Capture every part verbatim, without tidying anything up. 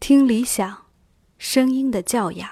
听理想，声音的教养。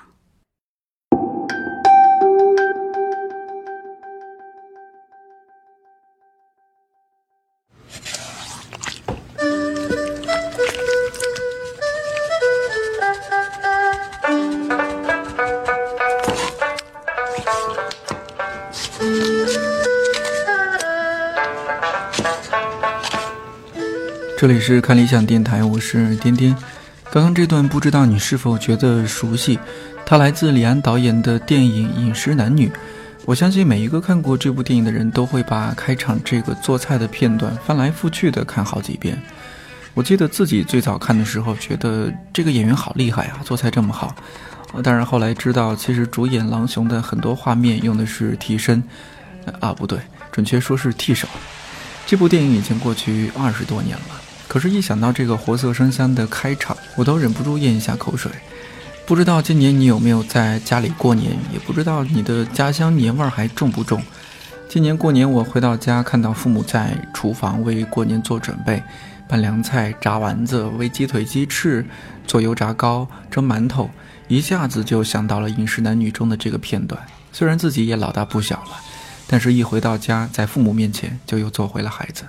这里是看理想电台，我是颠颠。刚刚这段不知道你是否觉得熟悉，它来自李安导演的电影《饮食男女》。我相信每一个看过这部电影的人都会把开场这个做菜的片段翻来覆去的看好几遍。我记得自己最早看的时候觉得这个演员好厉害啊，做菜这么好。当然后来知道其实主演郎雄的很多画面用的是替身啊，不对，准确说是替手。这部电影已经过去二十多年了，可是一想到这个活色生香的开场，我都忍不住咽一下口水。不知道今年你有没有在家里过年，也不知道你的家乡年味还重不重。今年过年我回到家，看到父母在厨房为过年做准备，拌凉菜、炸丸子、煨鸡腿、鸡翅、做油炸糕、蒸馒头，一下子就想到了《饮食男女》中的这个片段。虽然自己也老大不小了，但是一回到家，在父母面前就又做回了孩子。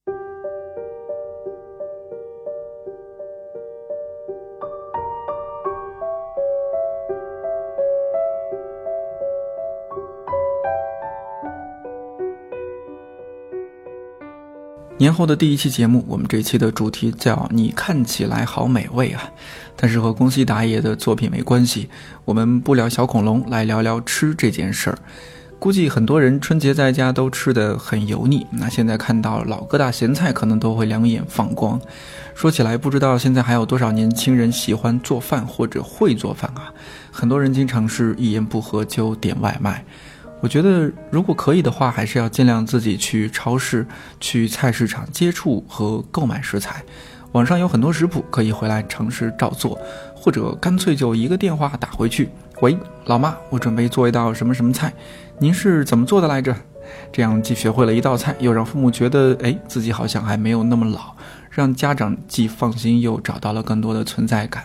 年后的第一期节目，我们这期的主题叫你看起来好美味啊，但是和宫西达也的作品没关系，我们不聊小恐龙，来聊聊吃这件事儿。估计很多人春节在家都吃得很油腻，那现在看到老各大咸菜可能都会两眼放光。说起来不知道现在还有多少年轻人喜欢做饭或者会做饭啊，很多人经常是一言不合就点外卖。我觉得如果可以的话，还是要尽量自己去超市、去菜市场接触和购买食材。网上有很多食谱可以回来尝试照做，或者干脆就一个电话打回去，喂，老妈，我准备做一道什么什么菜，您是怎么做的来着？这样既学会了一道菜，又让父母觉得哎，自己好像还没有那么老，让家长既放心又找到了更多的存在感。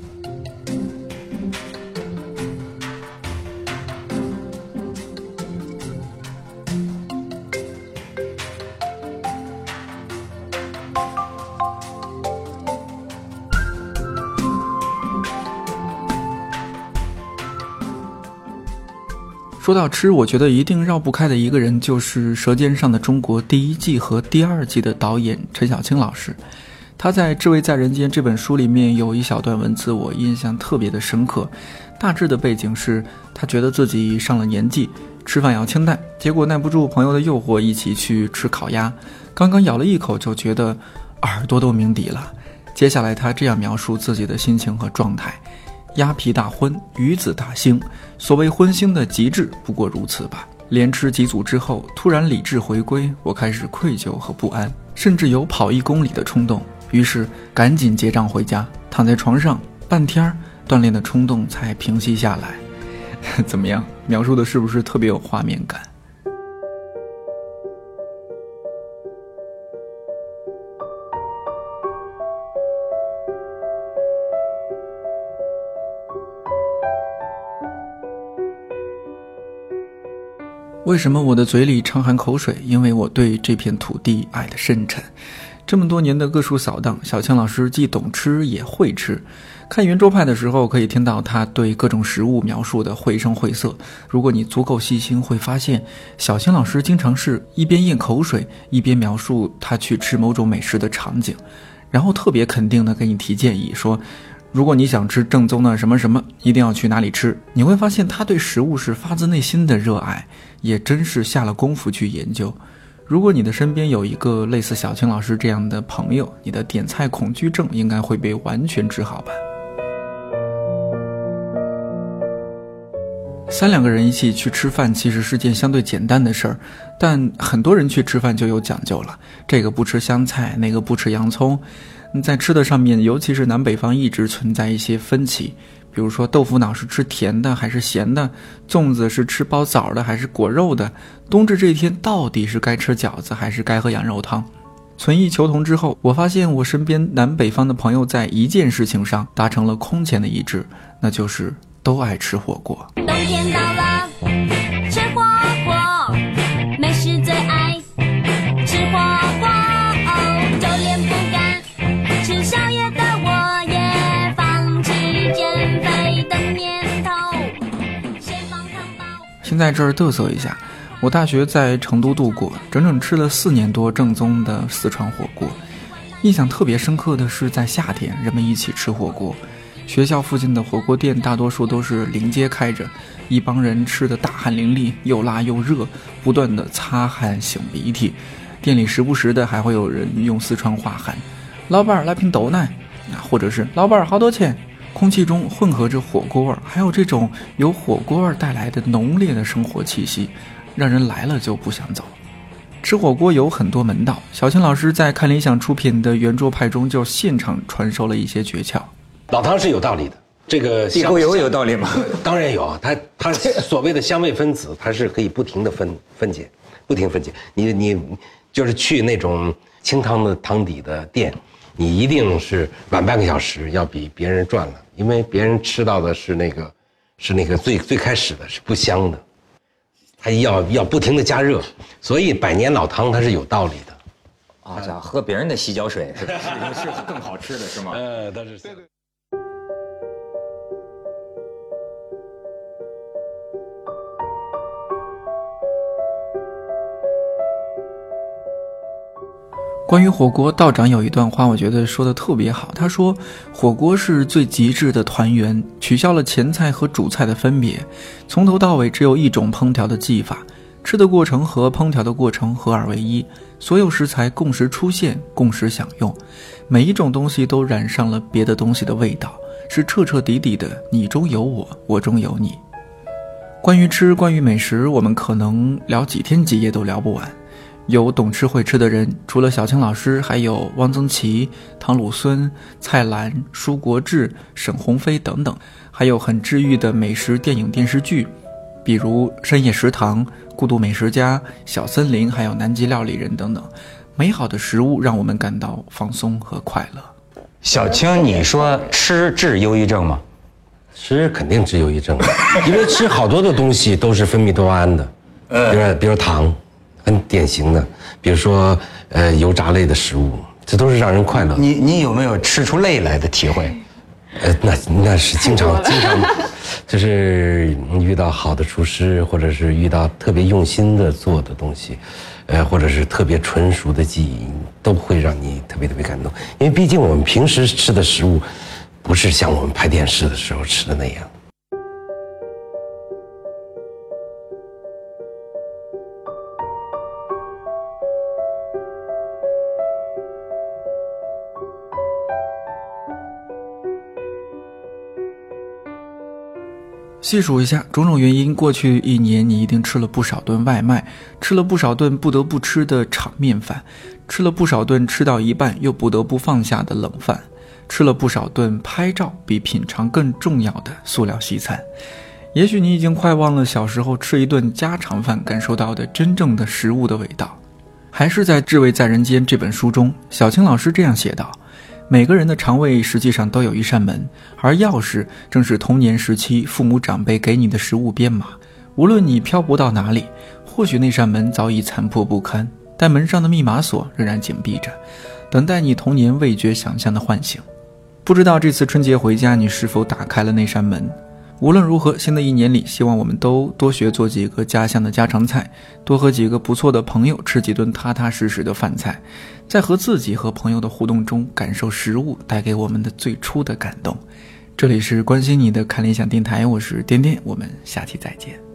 说到吃，我觉得一定绕不开的一个人就是《舌尖上的中国》第一季和第二季的导演陈小青老师。他在《至味在人间》这本书里面有一小段文字我印象特别的深刻，大致的背景是他觉得自己上了年纪，吃饭要清淡，结果耐不住朋友的诱惑，一起去吃烤鸭，刚刚咬了一口就觉得耳朵都鸣笛了。接下来他这样描述自己的心情和状态：鸭皮大荤，鱼子大腥，所谓荤腥的极致不过如此吧。连吃几组之后，突然理智回归，我开始愧疚和不安，甚至有跑一公里的冲动，于是赶紧结账回家，躺在床上半天，锻炼的冲动才平息下来。怎么样，描述的是不是特别有画面感？为什么我的嘴里常含口水？因为我对这片土地爱得深沉。这么多年的各处扫荡，小青老师既懂吃也会吃。看圆桌派的时候，可以听到他对各种食物描述的绘声绘色。如果你足够细心，会发现小青老师经常是一边咽口水，一边描述他去吃某种美食的场景，然后特别肯定的给你提建议，说如果你想吃正宗的什么什么，一定要去哪里吃。你会发现他对食物是发自内心的热爱，也真是下了功夫去研究。如果你的身边有一个类似小青老师这样的朋友，你的点菜恐惧症应该会被完全治好吧。三两个人一起去吃饭其实是件相对简单的事儿，但很多人去吃饭就有讲究了，这个不吃香菜，那个不吃洋葱。在吃的上面，尤其是南北方一直存在一些分歧，比如说豆腐脑是吃甜的还是咸的，粽子是吃包枣的还是果肉的，冬至这一天到底是该吃饺子还是该喝羊肉汤。 存异求同之后，我发现我身边南北方的朋友在一件事情上达成了空前的一致，那就是都爱吃火锅。 冬天到了，吃火锅，美食最爱吃火锅，哦，就连不敢吃宵夜的我也放弃减肥的念头，先放糖包。 先在这儿嘚瑟一下，我大学在成都度过，整整吃了四年多正宗的四川火锅。印象特别深刻的是在夏天人们一起吃火锅，学校附近的火锅店大多数都是临街开着，一帮人吃得大汗淋漓，又辣又热，不断的擦汗擤鼻涕。店里时不时的还会有人用四川话喊老板来瓶豆奶，或者是老板好多钱。空气中混合着火锅味，还有这种由火锅味带来的浓烈的生活气息，让人来了就不想走。吃火锅有很多门道，小青老师在看理想出品的圆桌派中就现场传授了一些诀窍。 老汤是有道理的，这个地沟油有道理吗？ 当然有，它它所谓的香味分子，它是可以不停的分分解，不停分解。你你就是去那种清汤的汤底的店，你一定是晚半个小时，要比别人赚了，因为别人吃到的是那个是那个最最开始的是不香的，它要要不停的加热，所以百年老汤它是有道理的。 啊，这喝别人的洗脚水是是更好吃的是吗？ 呃，它是。 关于火锅，道长有一段话我觉得说的特别好，他说火锅是最极致的团圆，取消了前菜和主菜的分别，从头到尾只有一种烹调的技法，吃的过程和烹调的过程合二为一，所有食材共识出现，共识享用，每一种东西都染上了别的东西的味道，是彻彻底底的你中有我，我中有你。关于吃，关于美食，我们可能聊几天几夜都聊不完。有懂吃会吃的人，除了小青老师，还有汪曾祺、唐鲁孙、蔡澜、舒国治、沈鸿飞等等，还有很治愈的美食电影电视剧，比如《深夜食堂》、《孤独美食家》、《小森林》，还有《南极料理人》等等。美好的食物让我们感到放松和快乐。 小青，你说吃治忧郁症吗？ 吃肯定治忧郁症，因为吃好多的东西都是分泌多巴胺的，比如比如糖。很典型的，比如说，呃，油炸类的食物，这都是让人快乐。 你你有没有吃出泪来的体会？ 呃，那那是经常经常，就是遇到好的厨师，或者是遇到特别用心的做的东西，呃，或者是特别纯熟的技艺，都会让你特别特别感动。因为毕竟我们平时吃的食物，不是像我们拍电视的时候吃的那样。 细数一下种种原因，过去一年你一定吃了不少顿外卖，吃了不少顿不得不吃的场面饭，吃了不少顿吃到一半又不得不放下的冷饭，吃了不少顿拍照比品尝更重要的塑料西餐。也许你已经快忘了小时候吃一顿家常饭感受到的真正的食物的味道。还是在《至味在人间》这本书中，小青老师这样写道，每个人的肠胃实际上都有一扇门，而钥匙正是童年时期父母长辈给你的食物编码。无论你漂泊到哪里，或许那扇门早已残破不堪，但门上的密码锁仍然紧闭着，等待你童年味觉想象的唤醒。不知道这次春节回家你是否打开了那扇门。无论如何，新的一年里，希望我们都多学做几个家乡的家常菜，多和几个不错的朋友吃几顿踏踏实实的饭菜，在和自己和朋友的互动中感受食物带给我们的最初的感动。这里是关心你的看理想电台，我是颠颠，我们下期再见。